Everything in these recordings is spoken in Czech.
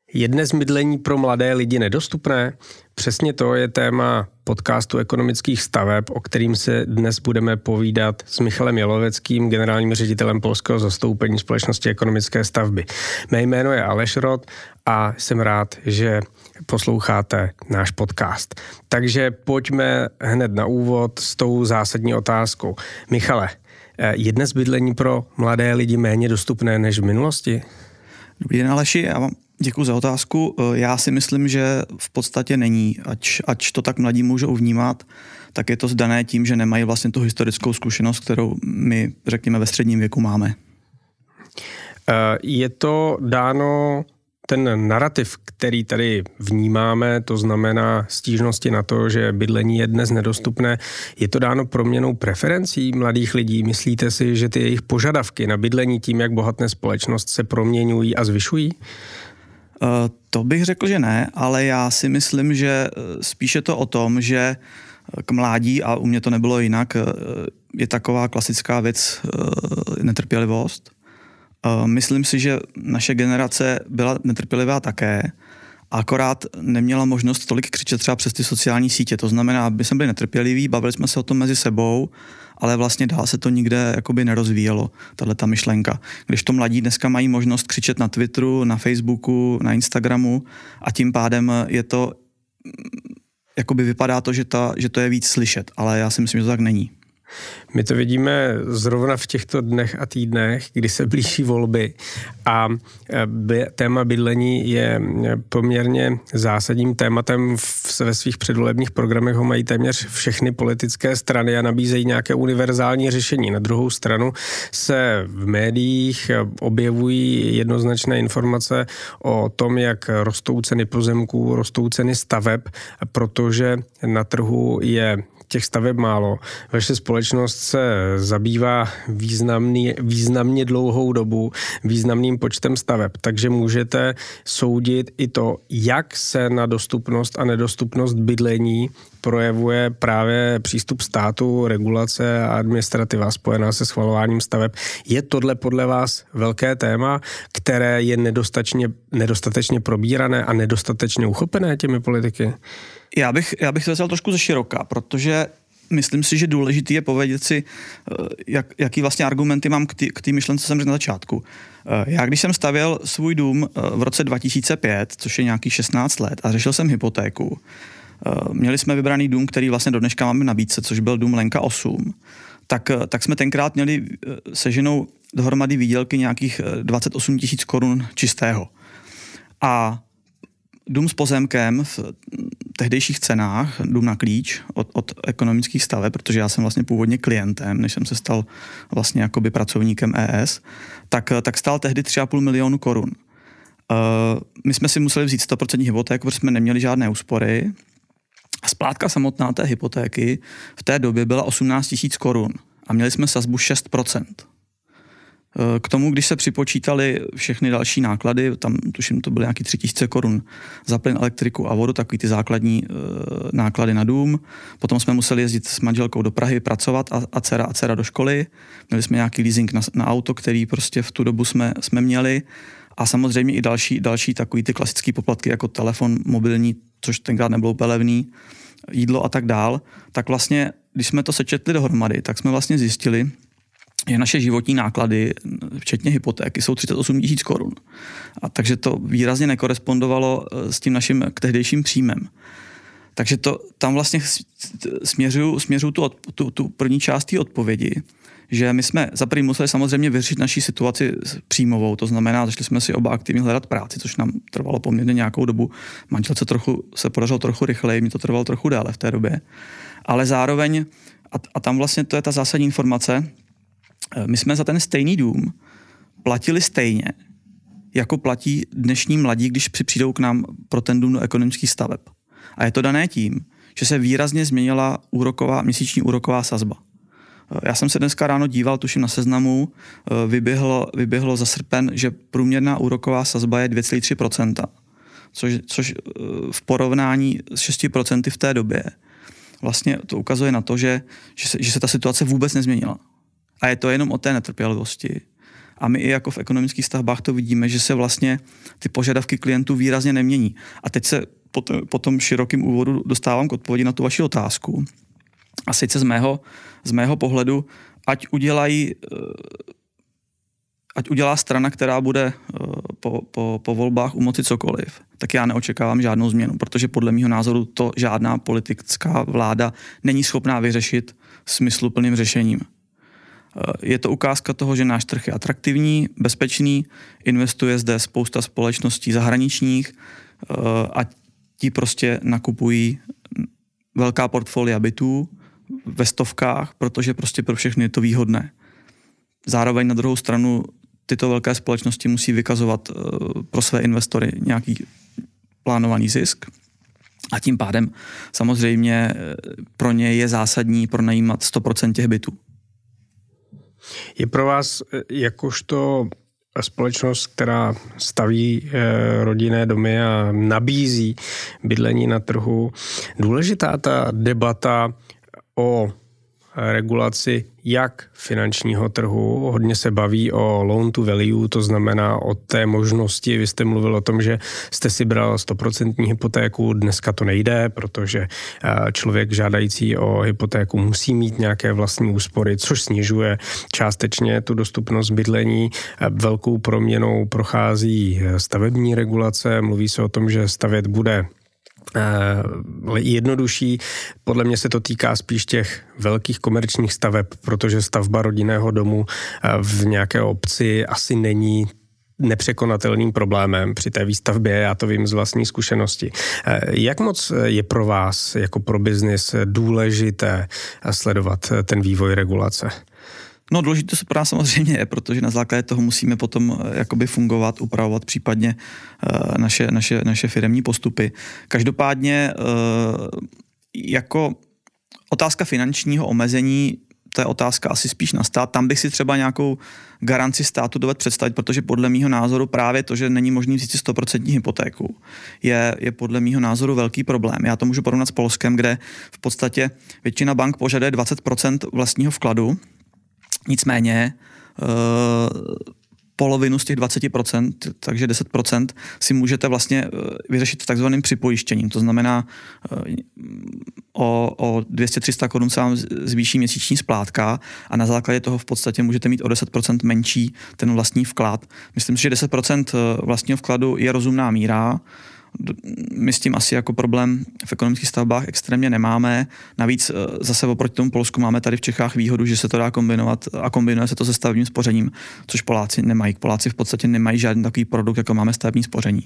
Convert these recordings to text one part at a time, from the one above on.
Je dnes bydlení pro mladé lidi nedostupné? Přesně to je téma podcastu ekonomických staveb, o kterým se dnes budeme povídat s Michalem Jaloveckým, generálním ředitelem polského zastoupení společnosti ekonomické stavby. Mé jméno je Aleš Rod a jsem rád, že posloucháte náš podcast. Takže pojďme hned na úvod s tou zásadní otázkou. Michale, je dnes bydlení pro mladé lidi méně dostupné než v minulosti? Dobrý den, Aleši, já vám děkuji za otázku. Já si myslím, že v podstatě není. Ač to tak mladí můžou vnímat, tak je to zdané tím, že nemají vlastně tu historickou zkušenost, kterou my, řekněme, ve středním věku máme. Je to dáno ten narrativ, který tady vnímáme, to znamená stížnosti na to, že bydlení je dnes nedostupné, je to dáno proměnou preferencí mladých lidí? Myslíte si, že ty jejich požadavky na bydlení tím, jak bohatne společnost, se proměňují a zvyšují? To bych řekl, že ne, ale já si myslím, že spíše to o tom, že k mládí, a u mě to nebylo jinak, je taková klasická věc netrpělivost. Myslím si, že naše generace byla netrpělivá také, akorát neměla možnost tolik křičet třeba přes ty sociální sítě. To znamená, aby jsme byli netrpěliví, bavili jsme se o tom mezi sebou, ale vlastně dál se to nikde jakoby nerozvíjelo, tato myšlenka. Když to mladí dneska mají možnost křičet na Twitteru, na Facebooku, na Instagramu a tím pádem je to, jakoby vypadá to, že to je víc slyšet, ale já si myslím, že to tak není. My to vidíme zrovna v těchto dnech a týdnech, kdy se blíží volby a téma bydlení je poměrně zásadním tématem. Ve svých předvolebních programech ho mají téměř všechny politické strany a nabízejí nějaké univerzální řešení. Na druhou stranu se v médiích objevují jednoznačné informace o tom, jak rostou ceny pozemků, rostou ceny staveb, protože na trhu je těch staveb málo. Vaše společnost se zabývá významně dlouhou dobu významným počtem staveb, takže můžete soudit i to, jak se na dostupnost a nedostupnost bydlení projevuje právě přístup státu, regulace a administrativa spojená se schvalováním staveb. Je tohle podle vás velké téma, které je nedostatečně probírané a nedostatečně uchopené těmi politiky? Já bych to vzal trošku ze široka, protože myslím si, že důležitý je povědět si, jaký vlastně argumenty mám k té myšlence, co jsem řekl na začátku. Já když jsem stavěl svůj dům v roce 2005, což je nějakých 16 let, a řešil jsem hypotéku, měli jsme vybraný dům, který vlastně do dneška máme v nabídce, což byl dům Lenka 8, tak jsme tenkrát měli se ženou dohromady výdělky nějakých 28 000 korun čistého. A dům s pozemkem v tehdejších cenách, dům na klíč od ekonomických staveb, protože já jsem vlastně původně klientem, než jsem se stal vlastně jakoby pracovníkem ES, tak stál tehdy 3,5 milionu korun. My jsme si museli vzít 100% hypotéku, protože jsme neměli žádné úspory. A splátka samotná té hypotéky v té době byla 18 000 korun a měli jsme sazbu 6%. K tomu, když se připočítali všechny další náklady, tam tuším to byly nějaký 3 000 korun za plyn, elektriku a vodu, takový ty základní náklady na dům. Potom jsme museli jezdit s manželkou do Prahy pracovat a dcera do školy. Měli jsme nějaký leasing na auto, který prostě v tu dobu jsme měli. A samozřejmě i další takový ty klasické poplatky jako telefon mobilní, což tenkrát nebylo úplně levný, jídlo a tak dál. Tak vlastně, když jsme to sečetli dohromady, tak jsme vlastně zjistili, že naše životní náklady, včetně hypotéky, jsou 38 000 korun. A takže to výrazně nekorespondovalo s tím naším tehdejším příjmem. Takže to tam vlastně směřuju tu první část té odpovědi, že my jsme za první museli samozřejmě vyřešit naši situaci příjmovou, to znamená, začali jsme si oba aktivně hledat práci, což nám trvalo poměrně nějakou dobu. Manželce se podařilo trochu rychleji, mě to trvalo trochu déle v té době. Ale zároveň, a tam vlastně to je ta zásadní informace, my jsme za ten stejný dům platili stejně, jako platí dnešní mladí, když přijdou k nám pro ten dům do ekonomických staveb. A je to dané tím, že se výrazně změnila měsíční úroková sazba. Já jsem se dneska ráno díval, tuším na Seznamu, vyběhlo za srpen, že průměrná úroková sazba je 2,3%, což v porovnání s 6% v té době vlastně to ukazuje na to, že se ta situace vůbec nezměnila. A je to jenom o té netrpělivosti. A my i jako v ekonomických stavbách to vidíme, že se vlastně ty požadavky klientů výrazně nemění. A teď se po tom širokém úvodu dostávám k odpovědi na tu vaši otázku. A sice z mého pohledu, ať udělá strana, která bude po volbách u moci cokoliv, tak já neočekávám žádnou změnu, protože podle mého názoru to žádná politická vláda není schopná vyřešit smysluplným řešením. Je to ukázka toho, že náš trh je atraktivní, bezpečný, investuje zde spousta společností zahraničních a ti prostě nakupují velká portfolia bytů ve stovkách, protože prostě pro všechny je to výhodné. Zároveň na druhou stranu tyto velké společnosti musí vykazovat pro své investory nějaký plánovaný zisk a tím pádem samozřejmě pro ně je zásadní pronajímat 100% těch bytů. Je pro vás jakožto společnost, která staví rodinné domy a nabízí bydlení na trhu, důležitá ta debata o regulaci jak finančního trhu, hodně se baví o loan to value, to znamená o té možnosti, vy jste mluvil o tom, že jste si bral 100% hypotéku, dneska to nejde, protože člověk žádající o hypotéku musí mít nějaké vlastní úspory, což snižuje částečně tu dostupnost bydlení. Velkou proměnou prochází stavební regulace, mluví se o tom, že stavět bude jednodušší. Podle mě se to týká spíš těch velkých komerčních staveb, protože stavba rodinného domu v nějaké obci asi není nepřekonatelným problémem při té výstavbě, já to vím z vlastní zkušenosti. Jak moc je pro vás jako pro biznis důležité sledovat ten vývoj regulace? No důležité se pro nás samozřejmě je, protože na základě toho musíme potom jakoby fungovat, upravovat případně naše firemní postupy. Každopádně jako otázka finančního omezení, to je otázka asi spíš na stát. Tam bych si třeba nějakou garanci státu dovedl představit, protože podle mýho názoru právě to, že není možný vzít si 100% hypotéku, je podle mýho názoru velký problém. Já to můžu porovnat s Polskem, kde v podstatě většina bank požaduje 20% vlastního vkladu. Nicméně polovinu z těch 20%, takže 10% si můžete vlastně vyřešit takzvaným připojištěním. To znamená, o 200-300 korun se vám zvýší měsíční splátka a na základě toho v podstatě můžete mít o 10% menší ten vlastní vklad. Myslím si, že 10% vlastního vkladu je rozumná míra. My s tím asi jako problém v ekonomických stavbách extrémně nemáme. Navíc zase oproti tomu Polsku máme tady v Čechách výhodu, že se to dá kombinovat a kombinuje se to se stavebním spořením, což Poláci nemají. Poláci v podstatě nemají žádný takový produkt, jako máme stavební spoření.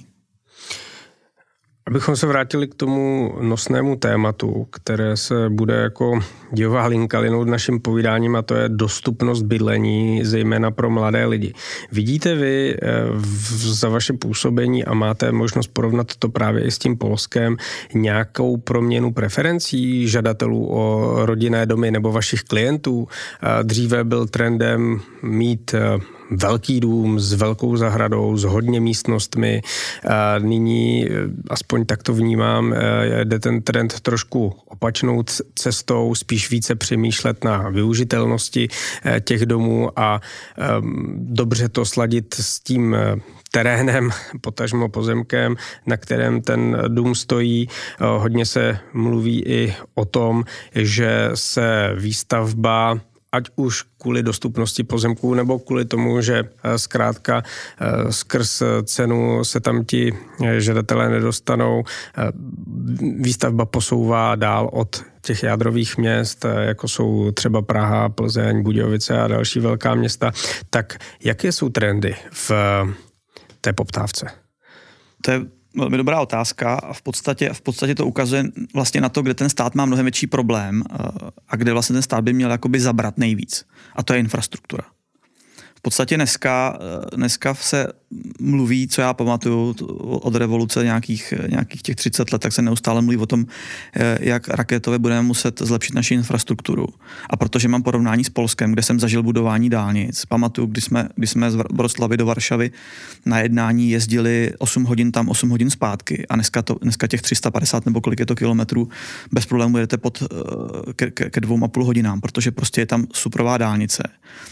Abychom se vrátili k tomu nosnému tématu, které se bude jako dějová linka linout naším povídáním, a to je dostupnost bydlení, zejména pro mladé lidi. Vidíte vy za vaše působení a máte možnost porovnat to právě i s tím Polskem nějakou proměnu preferencí žadatelů o rodinné domy nebo vašich klientů? Dříve byl trendem mít velký dům s velkou zahradou, s hodně místnostmi. Nyní, aspoň tak to vnímám, jde ten trend trošku opačnou cestou, spíš více přemýšlet na využitelnosti těch domů a dobře to sladit s tím terénem, potažmo pozemkem, na kterém ten dům stojí. Hodně se mluví i o tom, že se výstavba ať už kvůli dostupnosti pozemků nebo kvůli tomu, že zkrátka skrz cenu se tam ti žadatelé nedostanou. Výstavba posouvá dál od těch jádrových měst, jako jsou třeba Praha, Plzeň, Budějovice a další velká města. Tak jaké jsou trendy v té poptávce? To je velmi dobrá otázka a v podstatě to ukazuje vlastně na to, kde ten stát má mnohem větší problém a kde vlastně ten stát by měl jakoby zabrat nejvíc. A to je infrastruktura. V podstatě dneska se mluví, co já pamatuju od revoluce nějakých těch 30 let, tak se neustále mluví o tom, jak raketově budeme muset zlepšit naši infrastrukturu. A protože mám porovnání s Polskem, kde jsem zažil budování dálnic, pamatuju, když jsme z Vroclavy do Varšavy na jednání jezdili 8 hodin tam, 8 hodin zpátky a dneska těch 350 nebo kolik je to kilometrů bez problémů jedete ke 2,5 hodinám, protože prostě je tam suprová dálnice.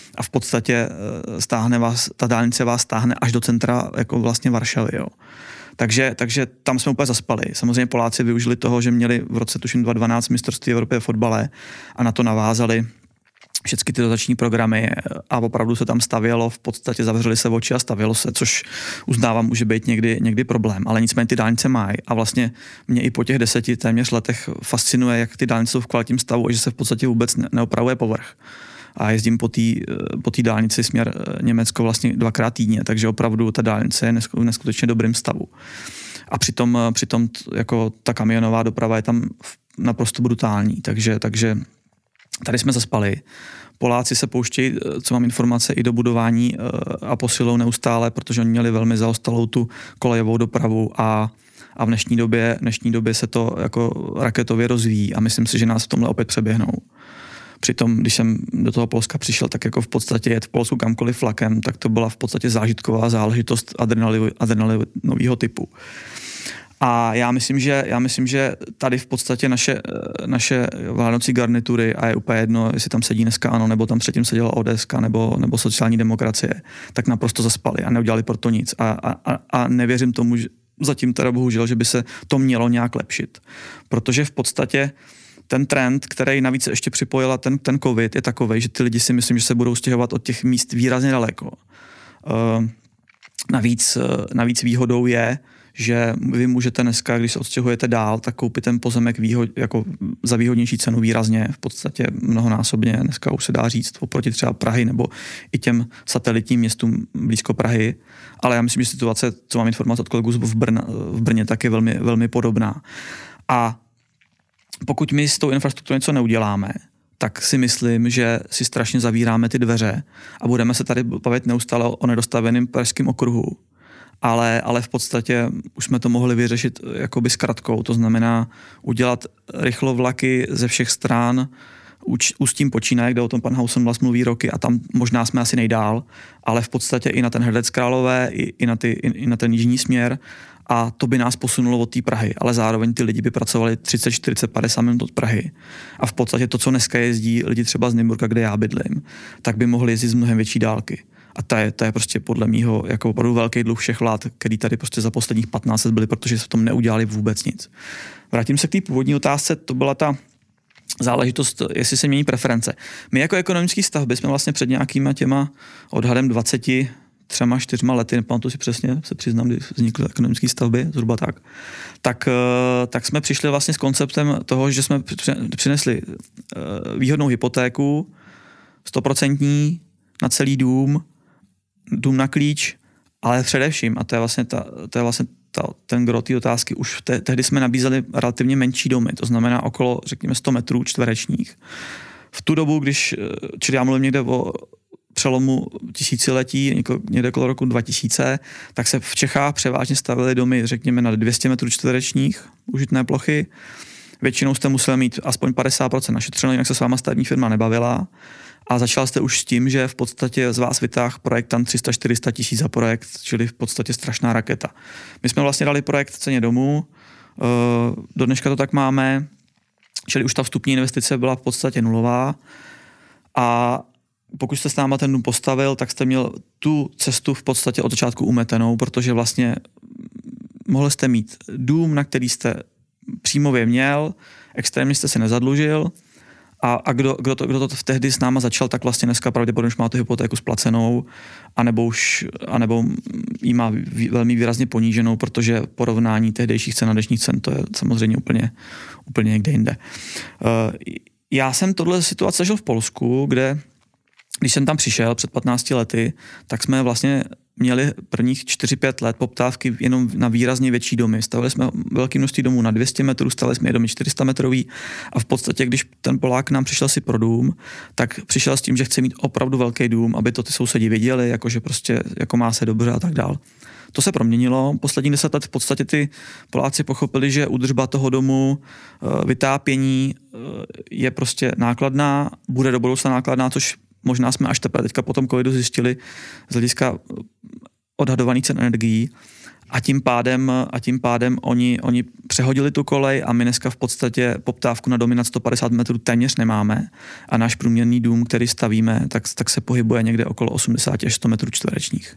a v podstatě ta dálnice vás stáhne až do centra jako vlastně Varšavy, jo. Takže tam jsme úplně zaspali. Samozřejmě Poláci využili toho, že měli v roce tuším 2012 mistrovství Evropy v fotbale a na to navázali všechny ty dotační programy a opravdu se tam stavělo, v podstatě zavřeli se oči a stavělo se, což uznávám, může být někdy problém, ale nicméně ty dálnice mají a vlastně mě i po těch 10 téměř letech fascinuje, jak ty dálnice jsou v kvalitním stavu a že se v podstatě vůbec neopravuje povrch. A jezdím po té dálnici směr Německo vlastně 2x týdně, takže opravdu ta dálnice je v neskutečně dobrém stavu. A přitom jako ta kamionová doprava je tam naprosto brutální, takže tady jsme zaspali. Poláci se pouštějí, co mám informace, i do budování a posilou neustále, protože oni měli velmi zaostalou tu kolejovou dopravu a v dnešní době se to jako raketově rozvíjí a myslím si, že nás v tomhle opět přeběhnou. Přitom, když jsem do toho Polska přišel, tak jako v podstatě jet v Polsku kamkoliv vlakem, tak to byla v podstatě zážitková záležitost adrenalinového typu. A já myslím, že tady v podstatě naše vládnoucí garnitury, a je úplně jedno, jestli tam sedí dneska ANO, nebo tam předtím seděla ODS, nebo sociální demokracie, tak naprosto zaspali a neudělali pro to nic. A nevěřím tomu, že zatím teda bohužel, že by se to mělo nějak lepšit. Protože v podstatě ten trend, který navíc ještě připojila ten covid, je takovej, že ty lidi si myslím, že se budou stěhovat od těch míst výrazně daleko. Navíc výhodou je, že vy můžete dneska, když se odstěhujete dál, tak koupit ten pozemek jako za výhodnější cenu výrazně, v podstatě mnohonásobně, dneska už se dá říct, oproti třeba Prahy nebo i těm satelitním městům blízko Prahy. Ale já myslím, že situace, co mám informace od kolegů v Brně, tak je velmi, velmi podobná. A pokud my s tou infrastrukturou něco neuděláme, tak si myslím, že si strašně zavíráme ty dveře a budeme se tady bavit neustále o nedostaveném pražském okruhu. Ale v podstatě už jsme to mohli vyřešit jakoby zkratkou, to znamená udělat rychlovlaky ze všech stran, Ústím počínaje, kde o tom pan Hausen vlastně mluví roky a tam možná jsme asi nejdál, ale v podstatě i na ten Hradec Králové, i na ten jižní směr a to by nás posunulo od té Prahy, ale zároveň ty lidi by pracovali 30, 40, 50 minut od Prahy a v podstatě to, co dneska jezdí lidi třeba z Nymburka, kde já bydlím, tak by mohli jezdit z mnohem větší dálky. A to je prostě podle mýho jako opravdu velký dluh všech vlád, který tady prostě za posledních 15 let byli, protože se v tom neudělali vůbec nic. Vrátím se k té původní otázce, to byla ta záležitost, jestli se mění preference. My jako ekonomický stavby jsme vlastně před nějakýma těma odhadem 23, 4 lety, nepamatuji si přesně, se přiznám, kdy vznikly ekonomické stavby, zhruba tak jsme přišli vlastně s konceptem toho, že jsme přinesli výhodnou hypotéku, 100% na celý dům na klíč, ale především, a to je vlastně ten gro té otázky, už tehdy jsme nabízeli relativně menší domy, to znamená okolo, řekněme, 100 metrů čtverečních. V tu dobu, čili já mluvím někde o přelomu tisíciletí, někde okolo roku 2000, tak se v Čechách převážně stavily domy, řekněme, na 200 metrů čtverečních užitné plochy. Většinou jste museli mít aspoň 50% našetřeno, jinak se s váma stavební firma nebavila. A začal jste už s tím, že v podstatě z vás vytáhl projektant 300-400 tisíc za projekt, čili v podstatě strašná raketa. My jsme vlastně dali projekt v ceně domu, do dneška to tak máme, čili už ta vstupní investice byla v podstatě nulová a pokud jste s náma ten dům postavil, tak jste měl tu cestu v podstatě od začátku umetenou, protože vlastně mohli jste mít dům, na který jste příjmově měl, extrémně jste se nezadlužil, a kdo to tehdy s náma začal, tak vlastně dneska pravděpodobně už má tu hypotéku splacenou, anebo ji má velmi výrazně poníženou, protože porovnání tehdejších cen a dnešních cen, to je samozřejmě úplně někde jinde. Já jsem tohle situace zažil v Polsku, kde, když jsem tam přišel před 15 lety, tak jsme vlastně měli prvních 4-5 let poptávky jenom na výrazně větší domy. Stavili jsme velké množství domů na 200 metrů, stavili jsme i domy 400 metrový a v podstatě, když ten Polák nám přišel si pro dům, tak přišel s tím, že chce mít opravdu velký dům, aby to ty sousedi viděli, jakože prostě jako má se dobře a tak dál. To se proměnilo. Poslední 10 let v podstatě ty Poláci pochopili, že údržba toho domu, vytápění je prostě nákladná, bude do budoucna nákladná, což možná jsme až teďka po tom covidu zjistili z hlediska odhadovaných cen energií. A tím pádem oni přehodili tu kolej a my dneska v podstatě poptávku na domy nad 150 metrů téměř nemáme a náš průměrný dům, který stavíme, tak se pohybuje někde okolo 80 až 100 metrů čtverečních.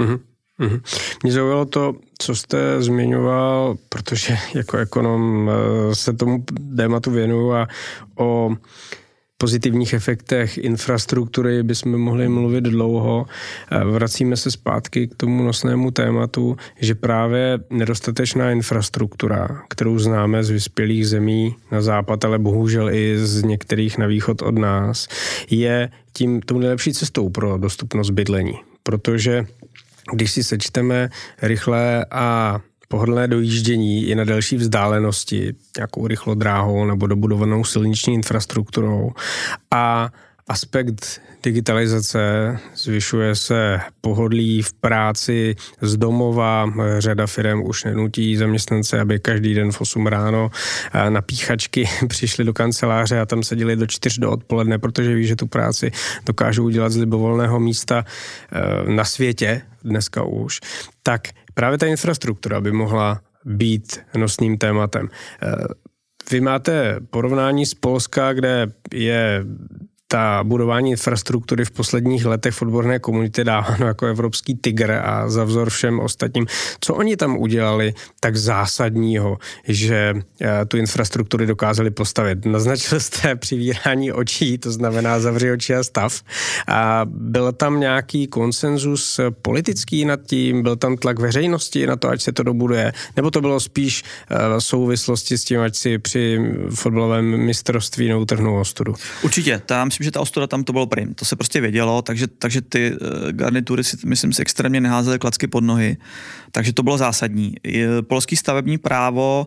Mě zaujalo to, co jste zmiňoval, protože jako ekonom se tomu tématu věnuju a o pozitivních efektech infrastruktury bychom mohli mluvit dlouho. Vracíme se zpátky k tomu nosnému tématu, že právě nedostatečná infrastruktura, kterou známe z vyspělých zemí na západ, ale bohužel i z některých na východ od nás, je tou nejlepší cestou pro dostupnost bydlení. Protože když si sečteme rychlé a pohodlné dojíždění i na delší vzdálenosti, nějakou rychlodráhou nebo dobudovanou silniční infrastrukturou a aspekt digitalizace, zvyšuje se pohodlí v práci z domova, řada firem už nenutí zaměstnance, aby každý den v 8 ráno na píchačky přišli do kanceláře a tam seděli do 4 do odpoledne, protože ví, že tu práci dokážou udělat z libovolného místa na světě, dneska už, tak právě ta infrastruktura by mohla být nosným tématem. Vy máte porovnání z Polska, kde je ta budování infrastruktury v posledních letech v odborné komunitě dáváno jako evropský tygr a za vzor všem ostatním. Co oni tam udělali tak zásadního, že tu infrastrukturu dokázali postavit? Naznačil jste přivírání očí, to znamená zavři oči a stav. A byl tam nějaký konsenzus politický nad tím, byl tam tlak veřejnosti na to, ať se to dobuduje, nebo to bylo spíš v souvislosti s tím, ať si při fotbalovém mistrovství neutrhnou ostudu? Určitě, myslím, že ta ostuda tam to bylo prim. To se prostě vědělo, takže ty garnitury si, myslím, si extrémně neházely klacky pod nohy. Takže to bylo zásadní. Polský stavební právo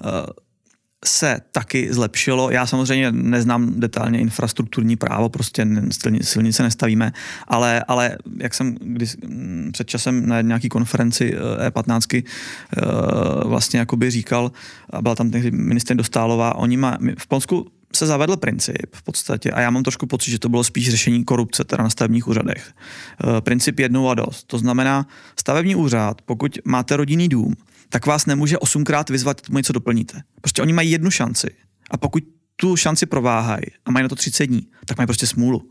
se taky zlepšilo. Já samozřejmě neznám detailně infrastrukturní právo, prostě silnice nestavíme, ale jak jsem před časem na nějaký konferenci E15 vlastně jakoby říkal, a byla tam tehdy ministryně Dostálová, v Polsku se zavedl princip v podstatě a já mám trošku pocit, že to bylo spíš řešení korupce teda na stavebních úřadech. Princip jednou a dost. To znamená, stavební úřad, pokud máte rodinný dům, tak vás nemůže 8krát vyzvat, tomu něco doplníte. Prostě oni mají jednu šanci a pokud tu šanci prováhají a mají na to 30 dní, tak mají prostě smůlu.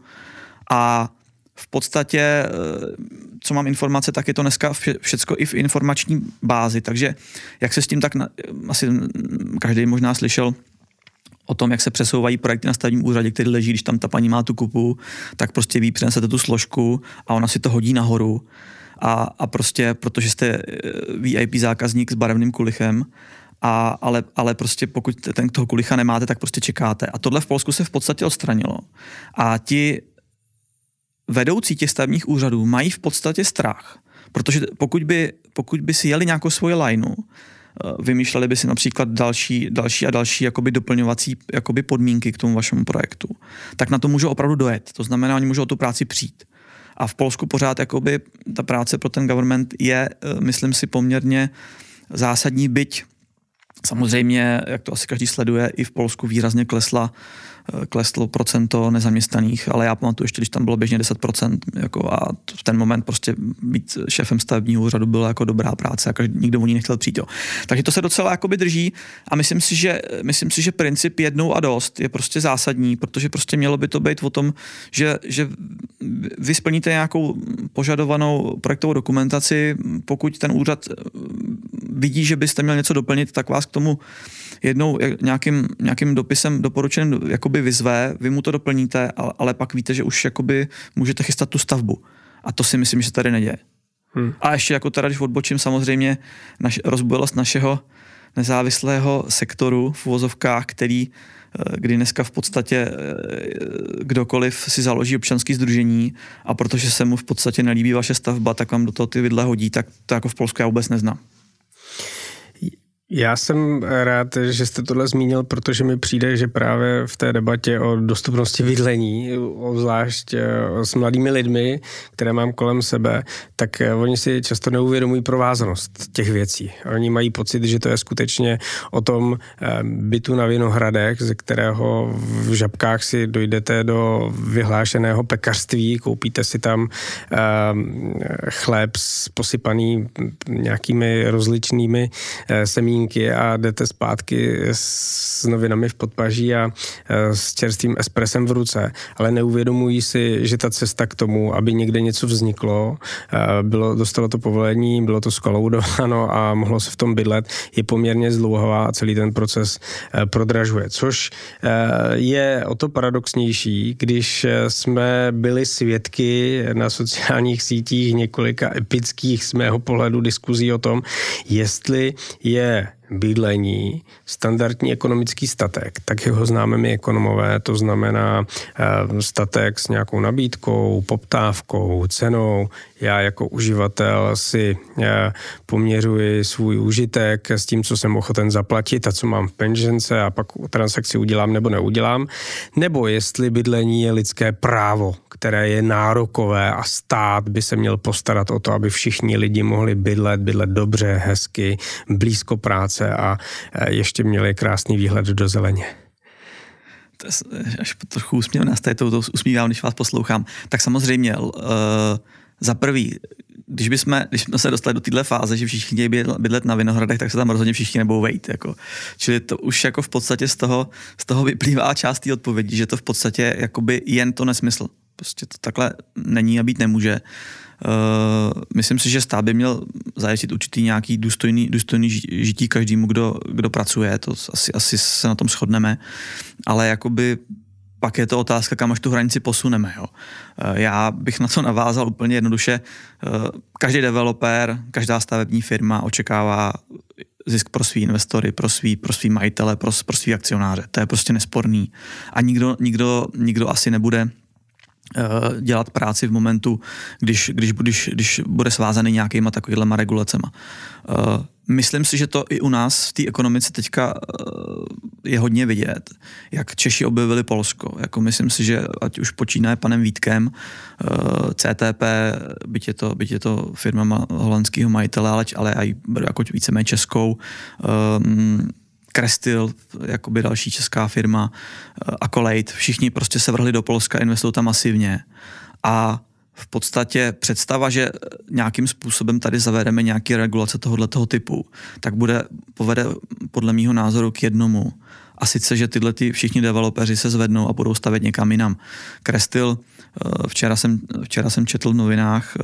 A v podstatě, co mám informace, tak je to dneska všecko i v informační bázi, takže jak se s tím tak asi každý možná slyšel o tom, jak se přesouvají projekty na stavebním úřadě, který leží, když tam ta paní má tu kupu, tak prostě vy přinesete tu složku a ona si to hodí nahoru a prostě, protože jste VIP zákazník s barevným kulichem, ale prostě pokud toho kulicha nemáte, tak prostě čekáte. A tohle v Polsku se v podstatě odstranilo. A ti vedoucí těch stavebních úřadů mají v podstatě strach, protože pokud by si jeli nějakou svoji lajnu, vymýšleli by si například další a další jakoby doplňovací jakoby podmínky k tomu vašemu projektu, tak na to můžou opravdu dojet. To znamená, oni můžou o tu práci přijít. A v Polsku pořád jakoby ta práce pro ten government je, myslím si, poměrně zásadní, byť samozřejmě, jak to asi každý sleduje, i v Polsku výrazně kleslo procento nezaměstnaných, ale já pamatuju ještě, když tam bylo běžně 10%, jako a v ten moment prostě být šéfem stavebního úřadu byla jako dobrá práce a nikdo o ní nechtěl přijít. Jo. Takže to se docela jakoby drží a myslím si, že princip jednou a dost je prostě zásadní, protože prostě mělo by to být o tom, že vy splníte nějakou požadovanou projektovou dokumentaci, pokud ten úřad vidí, že byste měl něco doplnit, tak vás k tomu jednou nějakým dopisem doporučeným jakoby vyzve, vy mu to doplníte, ale pak víte, že už jakoby můžete chystat tu stavbu. A to si myslím, že tady neděje. A ještě jako teda, když odbočím, samozřejmě rozbujelost našeho nezávislého sektoru v uvozovkách, kdy dneska v podstatě kdokoliv si založí občanský sdružení a protože se mu v podstatě nelíbí vaše stavba, tak vám do toho ty vidle hodí, tak to jako v Polsku já vůbec neznám. Já jsem rád, že jste tohle zmínil, protože mi přijde, že právě v té debatě o dostupnosti bydlení, obzvlášť s mladými lidmi, které mám kolem sebe, tak oni si často neuvědomují provázanost těch věcí. Oni mají pocit, že to je skutečně o tom bytu na Vinohradech, ze kterého v Žabkách si dojdete do vyhlášeného pekařství, koupíte si tam chléb posypaný nějakými rozličnými semínky a jdete zpátky s novinami v podpaží a s čerstvým espresem v ruce, ale neuvědomují si, že ta cesta k tomu, aby někde něco vzniklo, dostalo to povolení, bylo to zkolaudováno a mohlo se v tom bydlet, je poměrně zdlouhavá a celý ten proces prodražuje. Což je o to paradoxnější, když jsme byli svědky na sociálních sítích několika epických z mého pohledu diskuzí o tom, jestli je bydlení standardní ekonomický statek, tak ho známe my ekonomové, to znamená statek s nějakou nabídkou, poptávkou, cenou. Já jako uživatel si poměřuji svůj užitek s tím, co jsem ochoten zaplatit a co mám v peněžence a pak transakci udělám nebo neudělám. Nebo jestli bydlení je lidské právo, které je nárokové a stát by se měl postarat o to, aby všichni lidi mohli bydlet dobře, hezky, blízko práce a ještě měli krásný výhled do zeleně. To je až trochu úsměvné, to usmívám, když vás poslouchám. Tak samozřejmě za prvý, když jsme se dostali do téhle fáze, že všichni chtějí bydlet na Vinohradech, tak se tam rozhodně všichni nebudou vejít. Jako. Čili to už jako v podstatě z toho vyplývá část té odpovědi, že to v podstatě jakoby jen to nesmysl. Prostě to takhle není a být nemůže. Myslím si, že stát by měl zajistit určitý nějaký důstojný žití každému, kdo pracuje, to asi se na tom shodneme, ale jakoby pak je to otázka, kam až tu hranici posuneme. Jo. Já bych na to navázal úplně jednoduše. Každý developer, každá stavební firma očekává zisk pro svý investory, pro svý majitele, pro svý akcionáře. To je prostě nesporný. A nikdo asi nebude dělat práci v momentu, když bude svázaný nějakýma takovýhlema regulacema. Myslím si, že to i u nás v té ekonomice teďka je hodně vidět, jak Češi objevili Polsko. Jako myslím si, že ať už počínaje panem Vítkem, CTP, byť je to firma holandského majitele, ale i jako víceméně českou, Krestil, jakoby další česká firma, Accolade, všichni prostě se vrhli do Polska, investují tam masivně. A v podstatě představa, že nějakým způsobem tady zavedeme nějaké regulace tohoto typu, tak povede podle mýho názoru k jednomu. A sice, že tyhle všichni developeři se zvednou a budou stavět někam jinam. Krestil, včera jsem četl v novinách,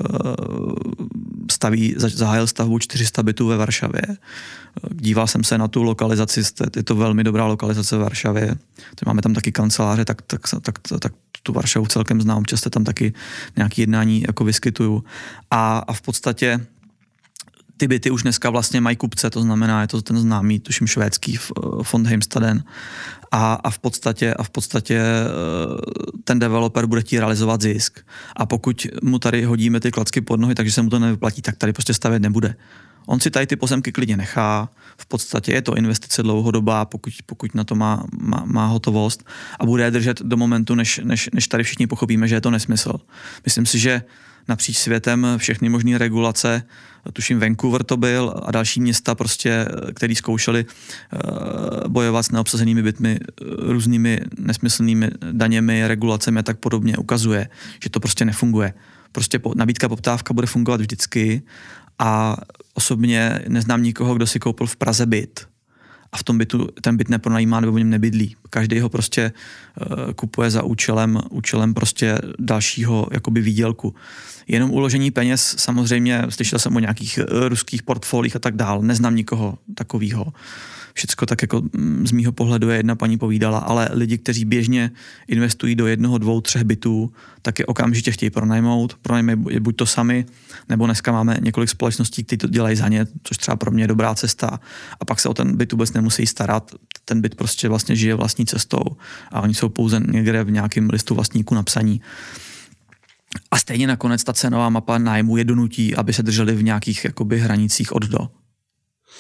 zahájil stavbu 400 bytů ve Varšavě. Díval jsem se na tu lokalizaci, je to velmi dobrá lokalizace ve Varšavě. Máme tam taky kanceláře, tak tu Varšavu celkem znám, občas tam taky nějaké jednání jako vyskytuju. A v podstatě ty byty už dneska vlastně mají kupce, to znamená, je to ten známý, tuším švédský fond Heimstaden. A v podstatě ten developer bude chtít realizovat zisk. A pokud mu tady hodíme ty klacky pod nohy, takže se mu to nevyplatí, tak tady prostě stavět nebude. On si tady ty pozemky klidně nechá, v podstatě je to investice dlouhodobá, pokud na to má hotovost a bude je držet do momentu, než tady všichni pochopíme, že je to nesmysl. Myslím si, že napříč světem všechny možné regulace, tuším Vancouver to byl a další města prostě, který zkoušeli bojovat s neobsazenými bytmi různými nesmyslnými daněmi, regulacemi a tak podobně, ukazuje, že to prostě nefunguje. Prostě nabídka, poptávka bude fungovat vždycky a osobně neznám nikoho, kdo si koupil v Praze byt a v tom bytu ten byt nepronajímá nebo v něm nebydlí. Každý ho prostě kupuje za účelem prostě dalšího jakoby výdělku. Jenom uložení peněz, samozřejmě, slyšel jsem o nějakých ruských portfoliích a tak dál, neznám nikoho takového. Všecko tak jako z mýho pohledu je jedna paní povídala, ale lidi, kteří běžně investují do 1, 2, 3 bytů, tak je okamžitě chtějí pronajmout je buď to sami, nebo dneska máme několik společností, kteří to dělají za ně, což třeba pro mě je dobrá cesta a pak se o ten byt vůbec nemusí starat, ten byt prostě vlastně žije vlastní cestou a oni jsou pouze někde v nějakém listu vlastníků napsaní. A stejně nakonec ta cenová mapa nájmu je donutí, aby se drželi v nějakých jakoby hranicích od do.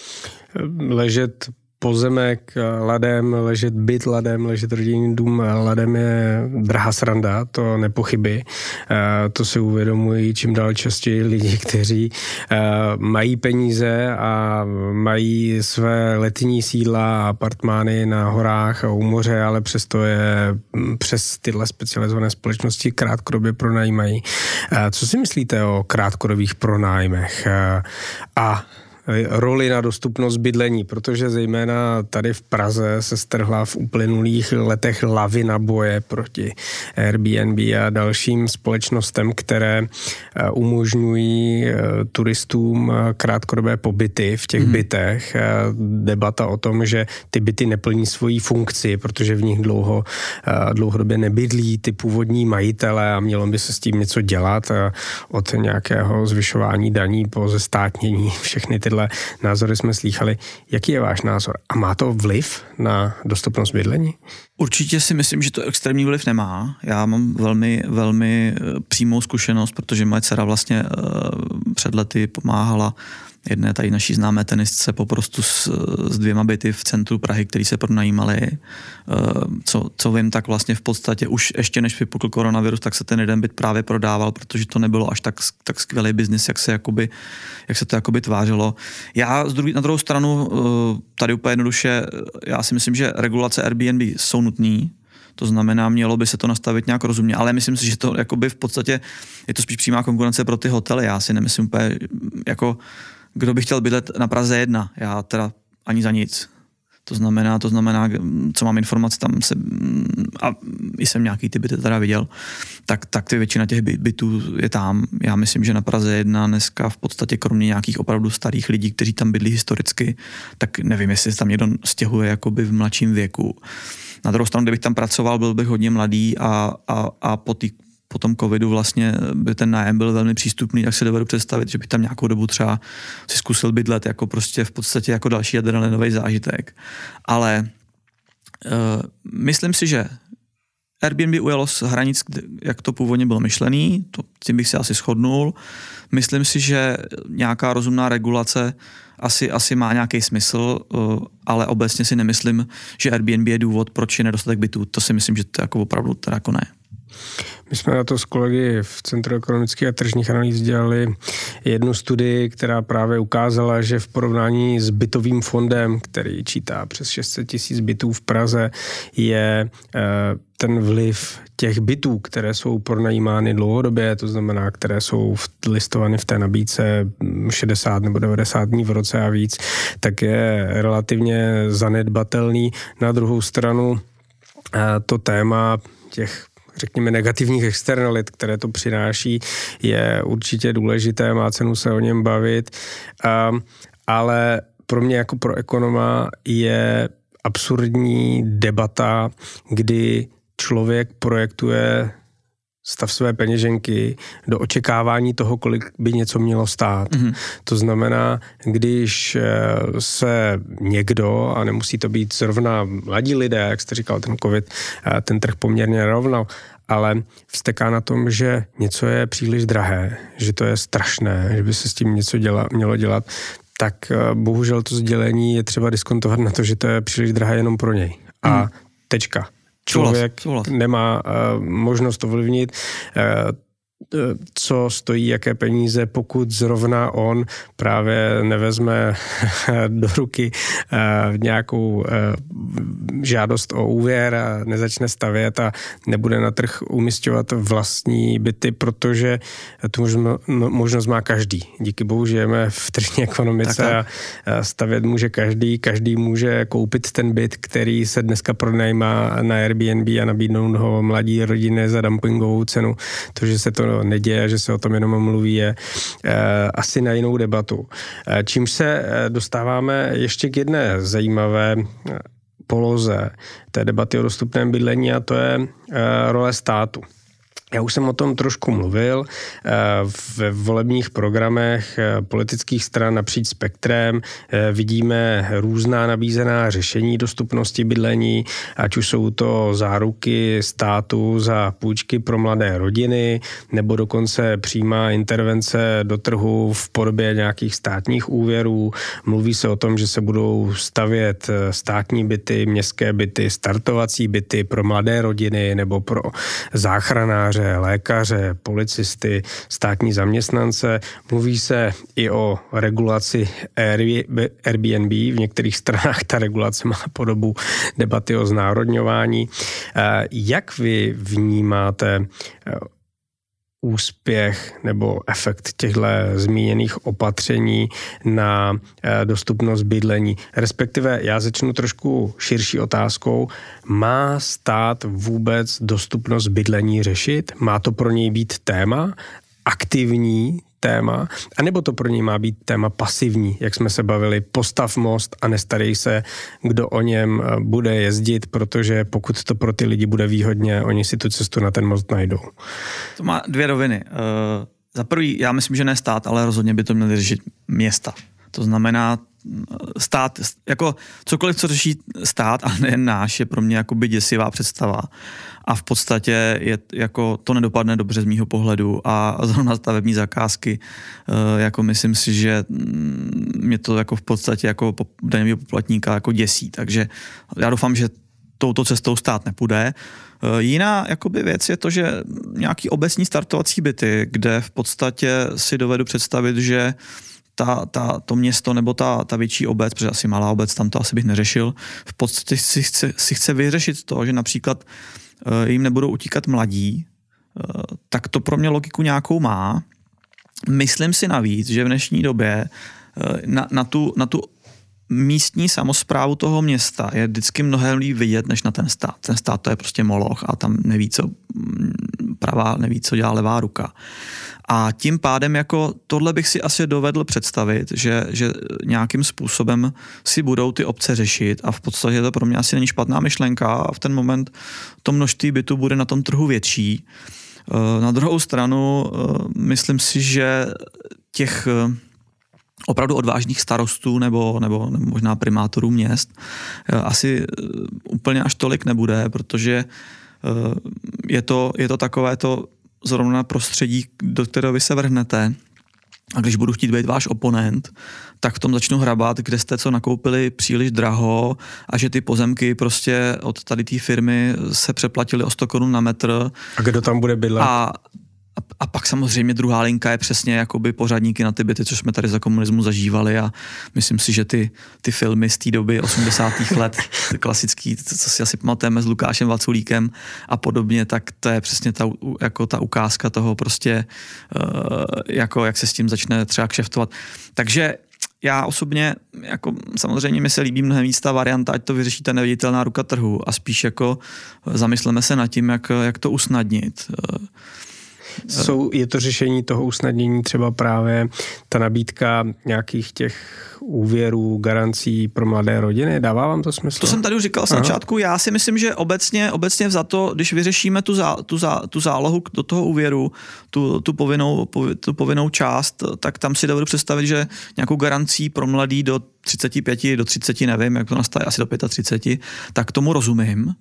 ležet pozemek ladem, ležet byt ladem, ležet rodinný dům ladem je drahá sranda, to nepochyby. To si uvědomují čím dál častěji lidi, kteří mají peníze a mají své letní sídla a apartmány na horách a u moře, ale přesto je přes tyhle specializované společnosti krátkodobě pronajímají. Co si myslíte o krátkodobých pronájmech a roli na dostupnost bydlení, protože zejména tady v Praze se strhla v uplynulých letech lavina boje proti Airbnb a dalším společnostem, které umožňují turistům krátkodobé pobyty v těch bytech. Debata o tom, že ty byty neplní svoji funkci, protože v nich dlouhodobě nebydlí ty původní majitele a mělo by se s tím něco dělat od nějakého zvyšování daní po zestátnění. Všechny tyhle názory jsme slýchali. Jaký je váš názor? A má to vliv na dostupnost bydlení? Určitě si myslím, že to extrémní vliv nemá. Já mám velmi, velmi přímou zkušenost, protože moje dcera vlastně před lety pomáhala jedné tady naší známé tenistce poprostu s 2 byty v centru Prahy, který se pronajímali. Co vím, tak vlastně v podstatě už ještě než vypukl koronavirus, tak se ten jeden byt právě prodával, protože to nebylo až tak skvělý biznis, jak se to jakoby tvářilo. Já na druhou stranu tady úplně jednoduše, já si myslím, že regulace Airbnb jsou nutný. To znamená, mělo by se to nastavit nějak rozumně, ale myslím si, že to jakoby v podstatě je to spíš přímá konkurence pro ty hotely. Já si nemyslím úplně jako kdo by chtěl bydlet na Praze 1, já teda ani za nic. To znamená, co mám informace, tam se, a i jsem nějaký ty byty teda viděl, tak ty většina těch bytů je tam. Já myslím, že na Praze 1 dneska v podstatě kromě nějakých opravdu starých lidí, kteří tam bydlí historicky, tak nevím, jestli se tam někdo stěhuje jakoby v mladším věku. Na druhou stranu, kdybych tam pracoval, byl bych hodně mladý a po tom covidu vlastně by ten nájem byl velmi přístupný, tak si dovedu představit, že bych tam nějakou dobu třeba si zkusil bydlet jako prostě v podstatě jako další adrenalinový zážitek. Ale myslím si, že Airbnb ujelo z hranic, jak to původně bylo myšlený, tím bych se asi shodnul. Myslím si, že nějaká rozumná regulace asi má nějaký smysl, ale obecně si nemyslím, že Airbnb je důvod, proč je nedostatek bytů. To si myslím, že to jako opravdu teda jako ne. My jsme na to s kolegy v Centru ekonomických a tržních analýz dělali jednu studii, která právě ukázala, že v porovnání s bytovým fondem, který čítá přes 600 000 bytů v Praze, je ten vliv těch bytů, které jsou pronajímány dlouhodobě, to znamená, které jsou listovány v té nabídce 60 nebo 90 dní v roce a víc, tak je relativně zanedbatelný. Na druhou stranu to téma těch řekněme negativních externalit, které to přináší, je určitě důležité, má cenu se o něm bavit, ale pro mě jako pro ekonoma je absurdní debata, kdy člověk projektuje stav své peněženky do očekávání toho, kolik by něco mělo stát. To znamená, když se někdo, a nemusí to být zrovna mladí lidé, jak jste říkal, ten covid, ten trh poměrně nerovnal, ale vzteká na tom, že něco je příliš drahé, že to je strašné, že by se s tím něco mělo dělat, tak bohužel to sdělení je třeba diskontovat na to, že to je příliš drahé jenom pro něj. A tečka. Člověk nemá možnost ovlivnit, co stojí, jaké peníze, pokud zrovna on právě nevezme do ruky nějakou žádost o úvěr a nezačne stavět a nebude na trh umisťovat vlastní byty, protože tu možnost má každý. Díky bohu žijeme v tržní ekonomice a stavět může každý může koupit ten byt, který se dneska pronajímá na Airbnb a nabídnout ho mladí rodiny za dumpingovou cenu. To, že se to neděje, že se o tom jenom mluví, je asi na jinou debatu. Čímž se dostáváme ještě k jedné zajímavé poloze té debaty o dostupném bydlení a to je role státu. Já už jsem o tom trošku mluvil. Ve volebních programech politických stran napříč spektrem vidíme různá nabízená řešení dostupnosti bydlení, ať už jsou to záruky státu za půjčky pro mladé rodiny, nebo dokonce přímá intervence do trhu v podobě nějakých státních úvěrů. Mluví se o tom, že se budou stavět státní byty, městské byty, startovací byty pro mladé rodiny nebo pro záchranáře, lékaře, policisty, státní zaměstnance. Mluví se i o regulaci Airbnb. V některých stranách ta regulace má podobu debaty o znárodňování. Jak vy vnímáte úspěch nebo efekt těchto zmíněných opatření na dostupnost bydlení? Respektive já začnu trošku širší otázkou. Má stát vůbec dostupnost bydlení řešit? Má to pro něj být téma, aktivní téma, anebo to pro něj má být téma pasivní, jak jsme se bavili, postav most a nestarej se, kdo o něm bude jezdit, protože pokud to pro ty lidi bude výhodně, oni si tu cestu na ten most najdou. To má dvě roviny. Za prvý, já myslím, že ne stát, ale rozhodně by to měly řešit města. To znamená, stát, jako cokoliv, co řeší stát, a nejen náš, je pro mě jakoby děsivá představa. A v podstatě je, jako to nedopadne dobře z mýho pohledu a zrovna stavební zakázky, jako myslím si, že mě to jako v podstatě jako daňového poplatníka jako děsí. Takže já doufám, že touto cestou stát nepůjde. Jiná jakoby věc je to, že nějaký obecní startovací byty, kde v podstatě si dovedu představit, že to město nebo ta větší obec, protože asi malá obec, tam to asi bych neřešil, v podstatě si chce vyřešit to, že například jim nebudou utíkat mladí, tak to pro mě logiku nějakou má. Myslím si navíc, že v dnešní době na tu místní samosprávu toho města je vždycky mnohem líp vidět, než na ten stát. Ten stát to je prostě moloch a tam neví, co dělá levá ruka. A tím pádem jako tohle bych si asi dovedl představit, že nějakým způsobem si budou ty obce řešit a v podstatě to pro mě asi není špatná myšlenka a v ten moment to množství bytů bude na tom trhu větší. Na druhou stranu myslím si, že těch opravdu odvážných starostů nebo možná primátorů měst asi úplně až tolik nebude, protože je to takové to zrovna prostředí, do kterého vy se vrhnete a když budu chtít být váš oponent, tak v tom začnu hrabat, kde jste co nakoupili příliš draho a že ty pozemky prostě od tady té firmy se přeplatily o 100 korun na metr. A kdo tam bude bydlet? A pak samozřejmě druhá linka je přesně jakoby pořadníky na ty byty, což jsme tady za komunismu zažívali a myslím si, že ty filmy z té doby 80. let, klasický, co si asi pamatujeme s Lukášem Vaculíkem a podobně, tak to je přesně ta ukázka toho prostě, jako jak se s tím začne třeba kšeftovat. Takže já osobně, jako samozřejmě mi se líbí mnohem víc ta varianta, ať to vyřeší ta neviditelná ruka trhu a spíš jako zamysleme se nad tím, jak to usnadnit. Je to řešení toho usnadnění třeba právě ta nabídka nějakých těch úvěrů, garancí pro mladé rodiny? Dává vám to smysl? To jsem tady už říkal z začátku. Já si myslím, že obecně vzato, když vyřešíme tu zálohu do toho úvěru, tu povinnou část, tak tam si dovedu představit, že nějakou garancí pro mladý do 35, do 30, nevím, jak to nastaje, asi do 35, tak tomu rozumím.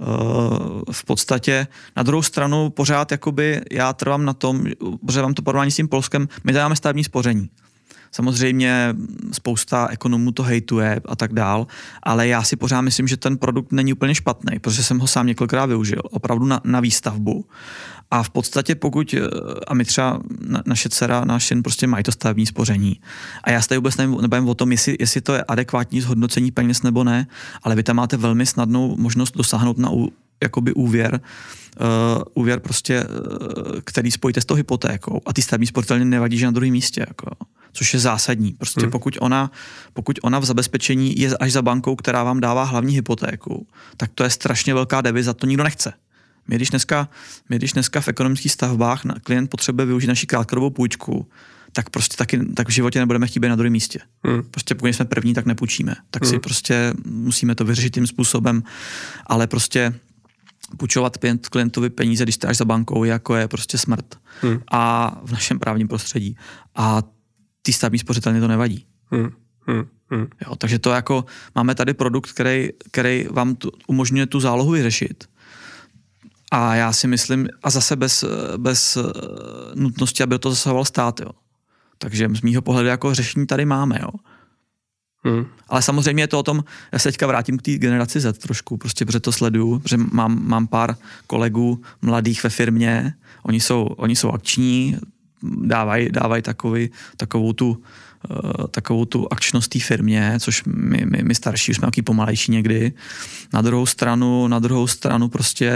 V podstatě na druhou stranu pořád jakoby já trvám na tom, protože vám to porovnání s tím Polskem, my dáme stavební spoření. Samozřejmě spousta ekonomů to hejtuje a tak dál, ale já si pořád myslím, že ten produkt není úplně špatný, protože jsem ho sám několikrát využil, opravdu na výstavbu. A v podstatě pokud, a my třeba naše dcera, náš syn prostě mají to stavební spoření. A já se tady vůbec nebavím o tom, jestli to je adekvátní zhodnocení peněz nebo ne, ale vy tam máte velmi snadnou možnost dosáhnout na jakoby úvěr prostě, který spojíte s tou hypotékou. A ty stavební spořitelně nevadí, že na druhém místě. Jako. Což je zásadní. Prostě pokud ona v zabezpečení je až za bankou, která vám dává hlavní hypotéku, tak to je strašně velká deviza, to nikdo nechce. My když dneska v ekonomických stavbách klient potřebuje využít naši krátkodobou půjčku, tak prostě tak v životě nebudeme chtít být na druhém místě. Prostě pokud jsme první, tak nepůjčíme. Tak si prostě musíme to vyřešit tím způsobem, ale prostě půjčovat klientovi peníze, když jste až za bankou, jako je prostě smrt. A v našem právním prostředí. A ty stavební spořitelně to nevadí. Jo, takže to jako, máme tady produkt, který vám umožňuje tu zálohu vyřešit. A já si myslím, a zase bez nutnosti, aby to zasahoval stát. Jo. Takže z mýho pohledu jako řešení tady máme. Jo. Ale samozřejmě je to o tom, já se teďka vrátím k té generaci Z trošku, prostě protože to sleduju, protože mám pár kolegů mladých ve firmě, oni jsou akční, dávají takovou tu akčnost té firmě, což my starší už jsme nějaký pomalejší někdy. Na druhou stranu prostě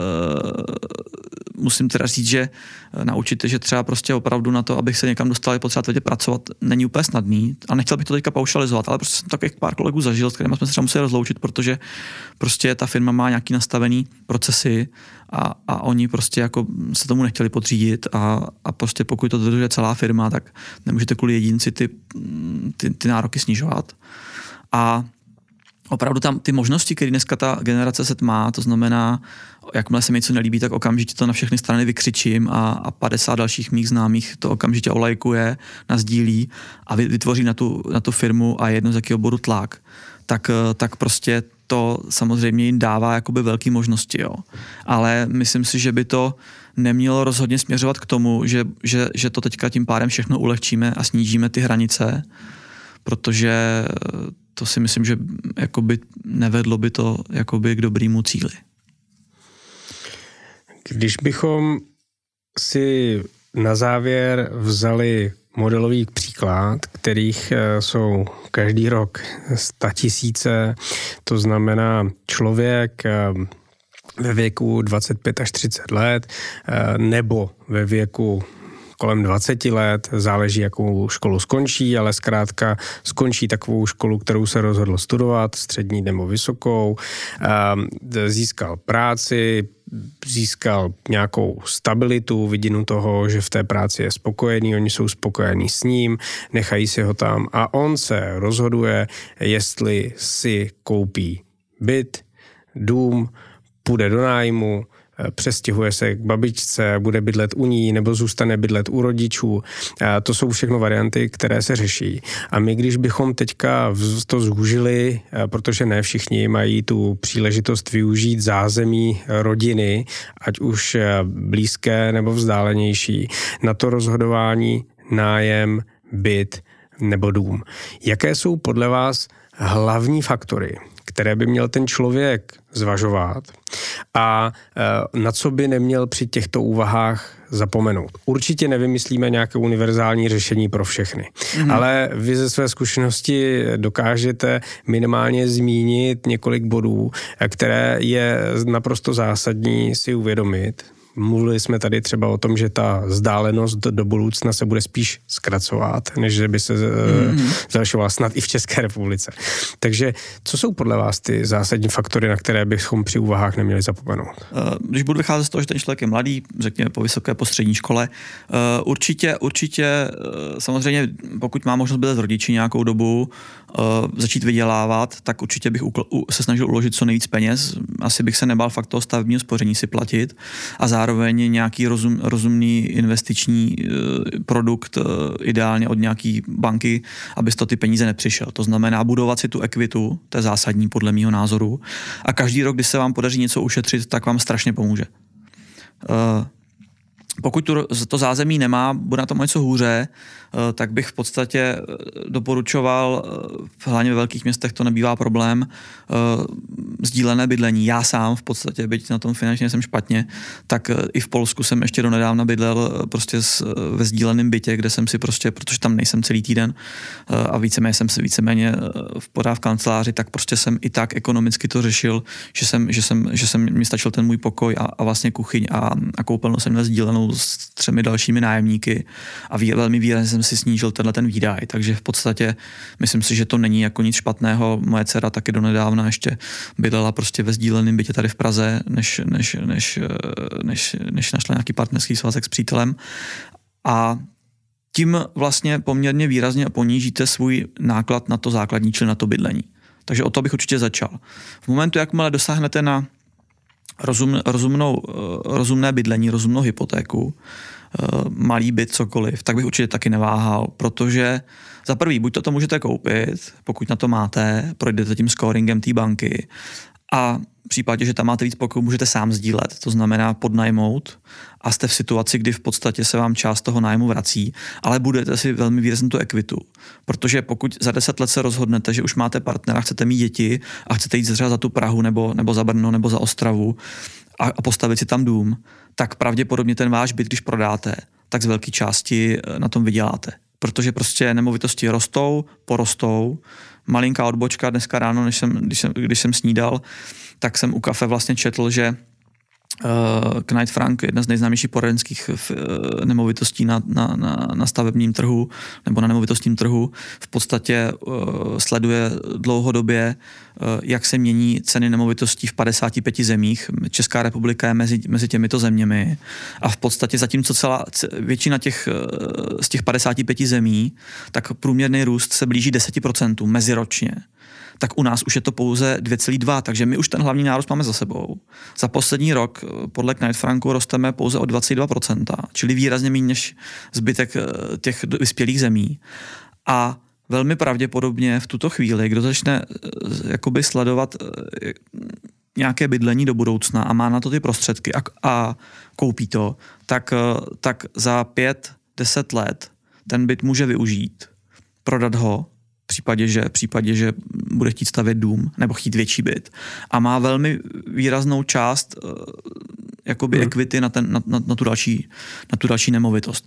musím teda říct, že naučit, že třeba prostě opravdu na to, abych se někam dostal, je potřeba tvrdě pracovat, není úplně snadný. A nechtěl bych to teďka paušalizovat, ale prostě jsem takových pár kolegů zažil, s kterými jsme se třeba museli rozloučit, protože prostě ta firma má nějaký nastavený procesy a oni prostě jako se tomu nechtěli podřídit a prostě pokud to dodržuje celá firma, tak nemůžete kvůli jedinci ty nároky snižovat. A opravdu tam ty možnosti, které dneska ta generace Z má, to znamená, jakmile se mi něco nelíbí, tak okamžitě to na všechny strany vykřičím a 50 dalších mých známých to okamžitě olajkuje, nasdílí a vytvoří na tu firmu a jedno z jakého bodu tlak. Tak prostě to samozřejmě jim dává jakoby velké možnosti. Jo. Ale myslím si, že by to nemělo rozhodně směřovat k tomu, že to teďka tím pádem všechno ulehčíme a snížíme ty hranice, protože to si myslím, že jakoby nevedlo by to jakoby k dobrému cíli. Když bychom si na závěr vzali modelový příklad, kterých jsou každý rok 100 000, to znamená člověk ve věku 25 až 30 let nebo ve věku kolem 20 let, záleží, jakou školu skončí, ale zkrátka skončí takovou školu, kterou se rozhodl studovat, střední nebo vysokou, získal práci, získal nějakou stabilitu, vidinu toho, že v té práci je spokojený, oni jsou spokojení s ním, nechají si ho tam a on se rozhoduje, jestli si koupí byt, dům, půjde do nájmu, přestěhuje se k babičce, bude bydlet u ní nebo zůstane bydlet u rodičů. To jsou všechno varianty, které se řeší. A my, když bychom teďka to zúžili, protože ne všichni mají tu příležitost využít zázemí rodiny, ať už blízké nebo vzdálenější, na to rozhodování nájem, byt nebo dům. Jaké jsou podle vás hlavní faktory, které by měl ten člověk zvažovat a na co by neměl při těchto úvahách zapomenout. Určitě nevymyslíme nějaké univerzální řešení pro všechny, ale vy ze své zkušenosti dokážete minimálně zmínit několik bodů, které je naprosto zásadní si uvědomit. Mluvili jsme tady třeba o tom, že ta vzdálenost do budoucna se bude spíš zkracovat, než že by se zvyšovala snad i v České republice. Takže co jsou podle vás ty zásadní faktory, na které bychom při úvahách neměli zapomenout? Když budu vycházet z toho, že ten člověk je mladý, řekněme po střední škole, určitě samozřejmě, pokud má možnost být s rodiči nějakou dobu, začít vydělávat, tak určitě bych se snažil uložit co nejvíc peněz. Asi bych se nebál fakt toho stavebního spoření si platit a zároveň nějaký rozumný investiční produkt, ideálně od nějaký banky, abys to ty peníze nepřišel. To znamená budovat si tu ekvitu, to je zásadní podle mýho názoru. A každý rok, když se vám podaří něco ušetřit, tak vám strašně pomůže. Pokud to zázemí nemá, bude na tom něco hůře, tak bych v podstatě doporučoval, hlavně ve velkých městech to nebývá problém, sdílené bydlení. Já sám v podstatě, byť na tom finančně jsem špatně, tak i v Polsku jsem ještě donedávna bydlel prostě ve sdíleném bytě, kde jsem si prostě, protože tam nejsem celý týden a víceméně jsem si v kanceláři, tak prostě jsem i tak ekonomicky to řešil, že mi stačil ten můj pokoj a vlastně kuchyň a koupelnu jsem měl sdílenou s 3 dalšími nájemníky a velmi výrazně jsem si snížil ten výdaj, takže v podstatě myslím si, že to není jako nic špatného. Moje dcera taky donedávna ještě bydlela prostě ve sdíleném bytě tady v Praze, než našla nějaký partnerský svazek s přítelem a tím vlastně poměrně výrazně ponížíte svůj náklad na to základní, čili na to bydlení. Takže o to bych určitě začal. V momentu, jakmile dosáhnete na rozumné bydlení, rozumnou hypotéku, malý byt, cokoliv, tak bych určitě taky neváhal, protože za prvý, buď to můžete koupit, pokud na to máte, projdete tím scoringem té banky a v případě, že tam máte víc pokojů, můžete sám sdílet, to znamená podnajmout a jste v situaci, kdy v podstatě se vám část toho nájmu vrací, ale budete si velmi výrazně tu ekvitu, protože pokud za 10 let se rozhodnete, že už máte partnera, chcete mít děti a chcete jít třeba za tu Prahu nebo za Brno nebo za Ostravu a postavit si tam dům, tak pravděpodobně ten váš byt, když prodáte, tak z velké části na tom vyděláte. Protože prostě nemovitosti porostou. Malinká odbočka dneska ráno, když jsem snídal, tak jsem u kafe vlastně četl, že Knight Frank, jedna z nejznámějších poradenských nemovitostí na stavebním trhu nebo na nemovitostním trhu, v podstatě sleduje dlouhodobě, jak se mění ceny nemovitostí v 55 zemích. Česká republika je mezi těmito zeměmi a v podstatě zatímco většina z těch 55 zemí, tak průměrný růst se blíží 10% meziročně. Tak u nás už je to pouze 2,2, takže my už ten hlavní nárůst máme za sebou. Za poslední rok podle Knight Franku rosteme pouze o 22%, čili výrazně méně než zbytek těch vyspělých zemí. A velmi pravděpodobně v tuto chvíli, kdo začne jakoby sledovat nějaké bydlení do budoucna a má na to ty prostředky a koupí to, tak za 5-10 let ten byt může využít, prodat ho, v případě, že bude chtít stavět dům nebo chtít větší byt a má velmi výraznou část jakoby equity na tu další nemovitost.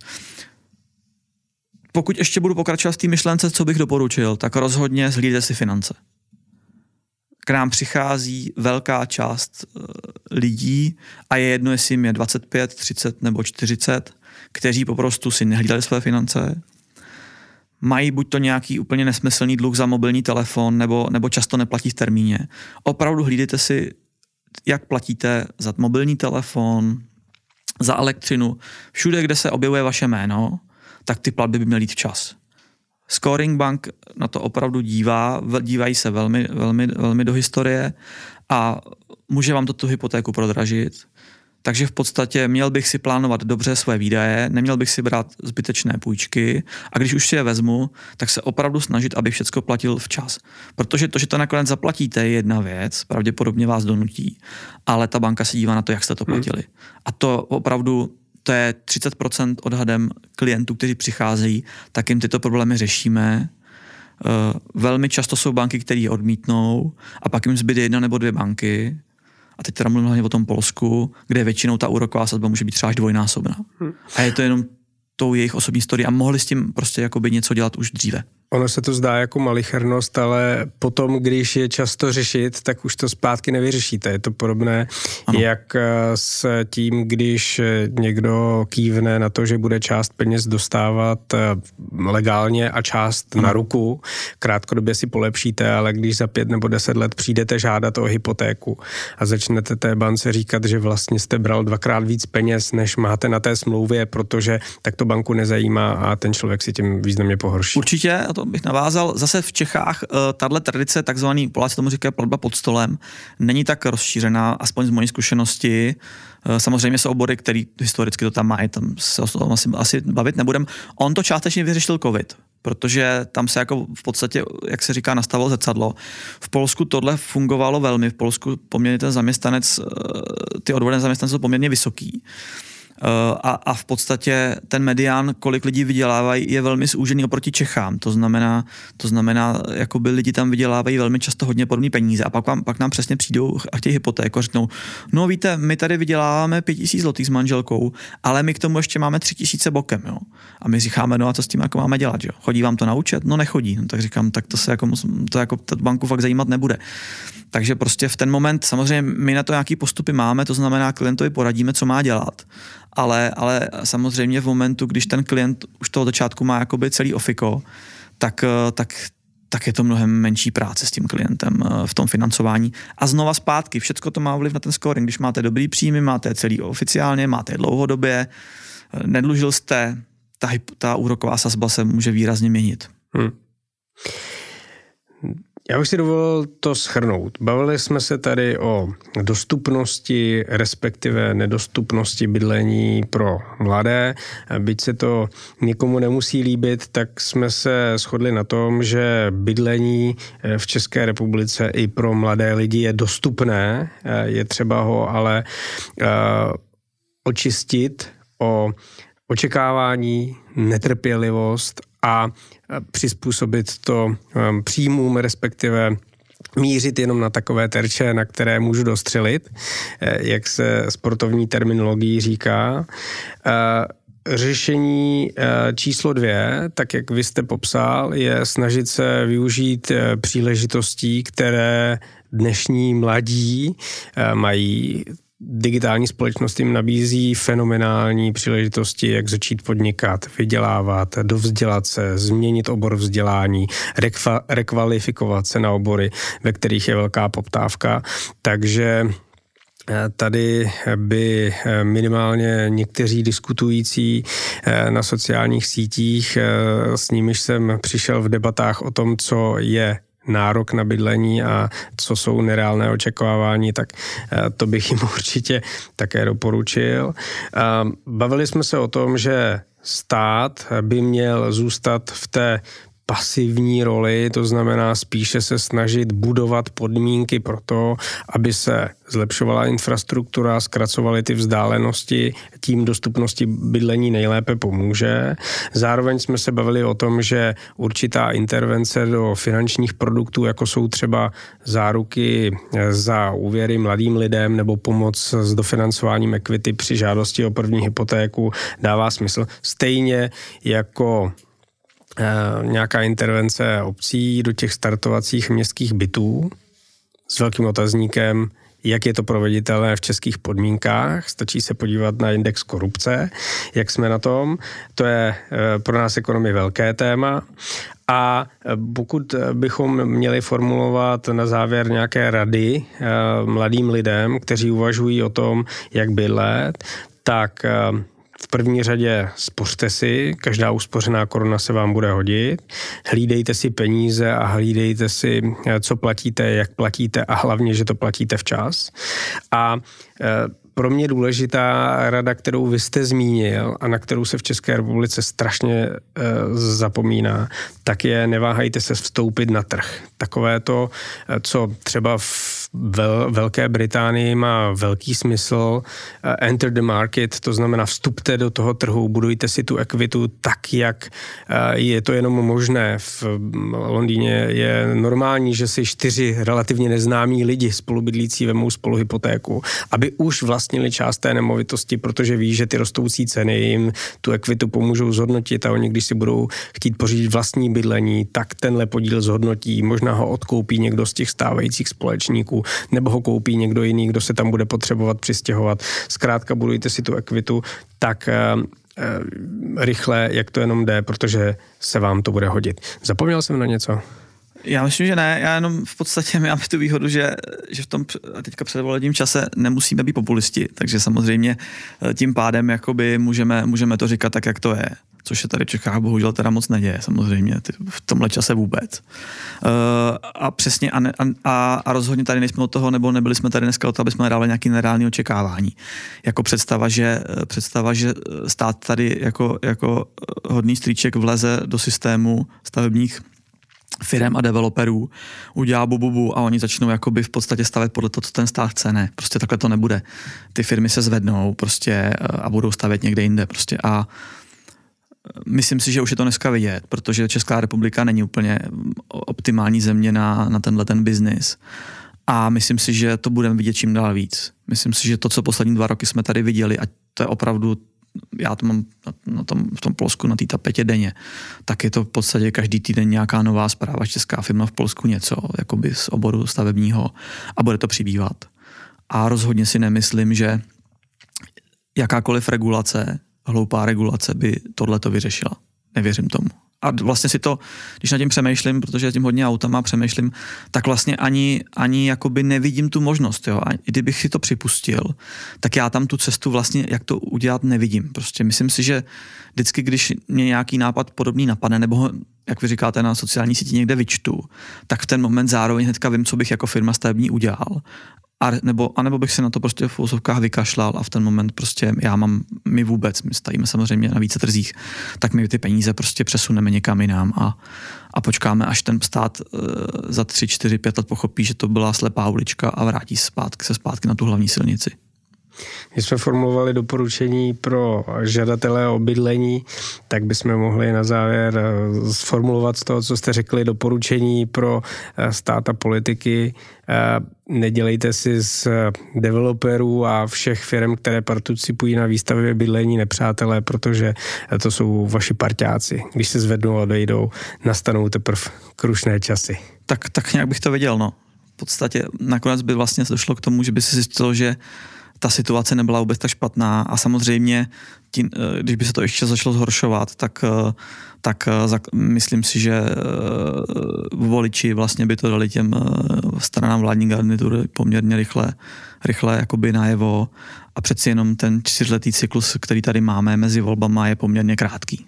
Pokud ještě budu pokračovat v té myšlence, co bych doporučil, tak rozhodně zhlídejte si finance. K nám přichází velká část lidí a je jedno, jestli jim je 25, 30 nebo 40, kteří poprostu si nehlídali své finance, mají buď to nějaký úplně nesmyslný dluh za mobilní telefon, nebo často neplatí v termíně. Opravdu hlídejte si, jak platíte za mobilní telefon, za elektřinu. Všude, kde se objevuje vaše jméno, tak ty platby by měly jít včas. Scoring Bank na to opravdu dívají se velmi, velmi, velmi do historie a může vám to tu hypotéku prodražit. Takže v podstatě měl bych si plánovat dobře své výdaje, neměl bych si brát zbytečné půjčky a když už si je vezmu, tak se opravdu snažit, abych všecko platil včas. Protože to, že to nakonec zaplatíte, je jedna věc, pravděpodobně vás donutí, ale ta banka se dívá na to, jak jste to platili. A to opravdu, to je 30% odhadem klientů, kteří přicházejí, tak jim tyto problémy řešíme. Velmi často jsou banky, které je odmítnou a pak jim zbyde 1 nebo 2 banky. A teď teda mluvím hlavně o tom Polsku, kde většinou ta úroková sazba může být třeba až dvojnásobná. A je to jenom tou jejich osobní historií a mohli s tím prostě jakoby něco dělat už dříve. Ono se to zdá jako malichernost, ale potom, když je často řešit, tak už to zpátky nevyřešíte. Je to podobné, jak s tím, když někdo kývne na to, že bude část peněz dostávat legálně a část na ruku. Krátkodobě si polepšíte, ale když za 5 nebo 10 let přijdete žádat o hypotéku a začnete té bance říkat, že vlastně jste bral 2x víc peněz, než máte na té smlouvě, protože tak to banku nezajímá a ten člověk si tím významně pohorší. Určitě, to bych navázal. Zase v Čechách tahle tradice, takzvaný, Poláci tomu říkají platba pod stolem, není tak rozšířená, aspoň z mojí zkušenosti. Samozřejmě jsou obory, který historicky to tam mají, tam se o tom asi bavit nebudem. On to částečně vyřešil COVID, protože tam se jako v podstatě, jak se říká, nastavilo zrcadlo. V Polsku tohle fungovalo velmi, v Polsku poměrně ten zaměstnanec, ty odvody zaměstnance jsou poměrně vysoký. A v podstatě ten medián, kolik lidí vydělávají, je velmi zúžený oproti Čechám. To znamená, jakoby lidi tam vydělávají velmi často hodně podobné peníze a pak nám přesně přijdou a chtějí hypotéku a řeknou, no víte, my tady vyděláváme 5 000 zlotých s manželkou, ale my k tomu ještě máme 3 000 bokem, jo. A my říkáme, no a co s tím jako máme dělat, jo? Chodí vám to na účet? No nechodí. No, tak říkám, tak to jako banku fakt zajímat nebude. Takže prostě v ten moment samozřejmě my na to nějaký postupy máme, to znamená klientovi poradíme, co má dělat. Ale samozřejmě v momentu, když ten klient už toho začátku má jakoby celý ofiko, tak je to mnohem menší práce s tím klientem v tom financování. A znova zpátky, všecko to má vliv na ten scoring. Když máte dobrý příjmy, máte celý oficiálně, máte je dlouhodobě, nedlužil jste, ta úroková sazba se může výrazně měnit. Já bych si dovolil to shrnout. Bavili jsme se tady o dostupnosti, respektive nedostupnosti bydlení pro mladé. Byť se to někomu nemusí líbit, tak jsme se shodli na tom, že bydlení v České republice i pro mladé lidi je dostupné. Je třeba ho ale očistit o očekávání, netrpělivost a přizpůsobit to příjmům, respektive mířit jenom na takové terče, na které můžu dostřelit, jak se sportovní terminologií říká. Řešení číslo 2, tak jak vy jste popsal, je snažit se využít příležitostí, které dnešní mladí mají. Digitální společnost jim nabízí fenomenální příležitosti, jak začít podnikat, vydělávat, dovzdělat se, změnit obor vzdělání, rekvalifikovat se na obory, ve kterých je velká poptávka. Takže tady by minimálně někteří diskutující na sociálních sítích, s nimiž jsem přišel v debatách o tom, co je nárok na bydlení a co jsou nereálné očekávání, tak to bych jim určitě také doporučil. Bavili jsme se o tom, že stát by měl zůstat v té pasivní roli, to znamená spíše se snažit budovat podmínky pro to, aby se zlepšovala infrastruktura, zkracovaly ty vzdálenosti, tím dostupnosti bydlení nejlépe pomůže. Zároveň jsme se bavili o tom, že určitá intervence do finančních produktů, jako jsou třeba záruky za úvěry mladým lidem nebo pomoc s dofinancováním equity při žádosti o první hypotéku, dává smysl. Stejně jako nějaká intervence obcí do těch startovacích městských bytů s velkým otazníkem, jak je to proveditelné v českých podmínkách. Stačí se podívat na index korupce, jak jsme na tom. To je pro nás ekonomii velké téma. A pokud bychom měli formulovat na závěr nějaké rady mladým lidem, kteří uvažují o tom, jak bydlet, tak v první řadě spořte si, každá uspořená koruna se vám bude hodit, hlídejte si peníze a hlídejte si, co platíte, jak platíte a hlavně, že to platíte včas. A pro mě důležitá rada, kterou vy jste zmínil a na kterou se v České republice strašně zapomíná, tak je neváhejte se vstoupit na trh. Takové to, co třeba v Velké Británii má velký smysl, enter the market, to znamená vstupte do toho trhu, budujte si tu ekvitu tak, jak je to jenom možné. V Londýně je normální, že si 4 relativně neznámí lidi spolubydlící vemou spolu hypotéku, aby už vlastnili část té nemovitosti, protože ví, že ty rostoucí ceny jim tu ekvitu pomůžou zhodnotit a oni, když si budou chtít pořídit vlastní bydlení, tak tenhle podíl zhodnotí, možná ho odkoupí někdo z těch stávajících společníků, nebo ho koupí někdo jiný, kdo se tam bude potřebovat přistěhovat. Zkrátka budujte si tu ekvitu tak rychle, jak to jenom jde, protože se vám to bude hodit. Zapomněl jsem na něco? Já myslím, že ne. Já jenom v podstatě máme tu výhodu, že v tom teďka předvolebním čase nemusíme být populisti, takže samozřejmě tím pádem jakoby můžeme to říkat tak, jak to je. Což se tady v Čechách bohužel teda moc neděje, samozřejmě, v tomhle čase vůbec. A přesně a rozhodně tady nejsme od toho, nebo nebyli jsme tady dneska od toho, aby jsme dávali nějaké nereální očekávání. Jako představa, že stát tady jako hodný strýček vleze do systému stavebních firem a developerů, udělá bububu a oni začnou jakoby v podstatě stavět podle toho, co ten stát chce. Ne, prostě takhle to nebude. Ty firmy se zvednou prostě a budou stavět někde jinde prostě a myslím si, že už je to dneska vidět, protože Česká republika není úplně optimální země na tenhle ten biznis. A myslím si, že to budeme vidět čím dál víc. Myslím si, že to, co poslední 2 roky jsme tady viděli, a to je opravdu, já to mám v tom Polsku na té tapetě denně, tak je to v podstatě každý týden nějaká nová zpráva, česká firma v Polsku něco, jakoby z oboru stavebního a bude to přibývat. A rozhodně si nemyslím, že jakákoliv regulace, hloupá regulace by tohleto vyřešila. Nevěřím tomu. A vlastně si to, když nad tím přemýšlím, protože tím hodně autama přemýšlím, tak vlastně ani jakoby nevidím tu možnost. Jo? A kdybych si to připustil, tak já tam tu cestu vlastně, jak to udělat, nevidím. Prostě myslím si, že vždycky, když mě nějaký nápad podobný napadne, nebo jak vy říkáte, na sociální síti někde vyčtu, tak v ten moment zároveň hnedka vím, co bych jako firma stavební udělal. A nebo bych se na to prostě v úzovkách vykašlal a v ten moment prostě my stavíme samozřejmě na více trzích, tak my ty peníze prostě přesuneme někam jinam a počkáme, až ten stát za 3, 4, 5 let pochopí, že to byla slepá ulička a vrátí se zpátky na tu hlavní silnici. Když jsme formulovali doporučení pro žadatele o bydlení, tak bychom mohli na závěr sformulovat z toho, co jste řekli, doporučení pro stát a politiky. Nedělejte si z developerů a všech firm, které participují na výstavě bydlení, nepřátelé, protože to jsou vaši parťáci. Když se zvednou a odejdou, nastanou teprve krušné časy. Tak nějak bych to věděl, no. V podstatě nakonec by vlastně došlo k tomu, že by si zjistilo, že ta situace nebyla vůbec tak špatná a samozřejmě, když by se to ještě začalo zhoršovat, tak myslím si, že voliči vlastně by to dali těm stranám vládní garnitury poměrně rychle jakoby najevo a přeci jenom ten 4letý cyklus, který tady máme mezi volbama, je poměrně krátký.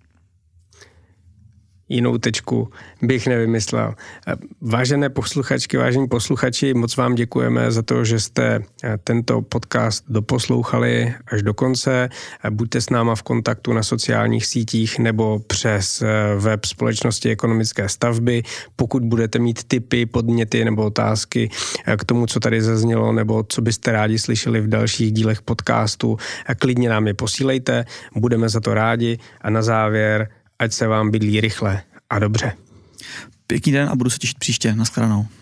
Jinou tečku bych nevymyslel. Vážené posluchačky, vážení posluchači, moc vám děkujeme za to, že jste tento podcast doposlouchali až do konce. Buďte s náma v kontaktu na sociálních sítích nebo přes web Společnosti ekonomické stavby. Pokud budete mít tipy, podněty nebo otázky k tomu, co tady zaznělo, nebo co byste rádi slyšeli v dalších dílech podcastu, klidně nám je posílejte, budeme za to rádi a na závěr ať se vám bydlí rychle a dobře. Pěkný den a budu se těšit příště. Naschledanou.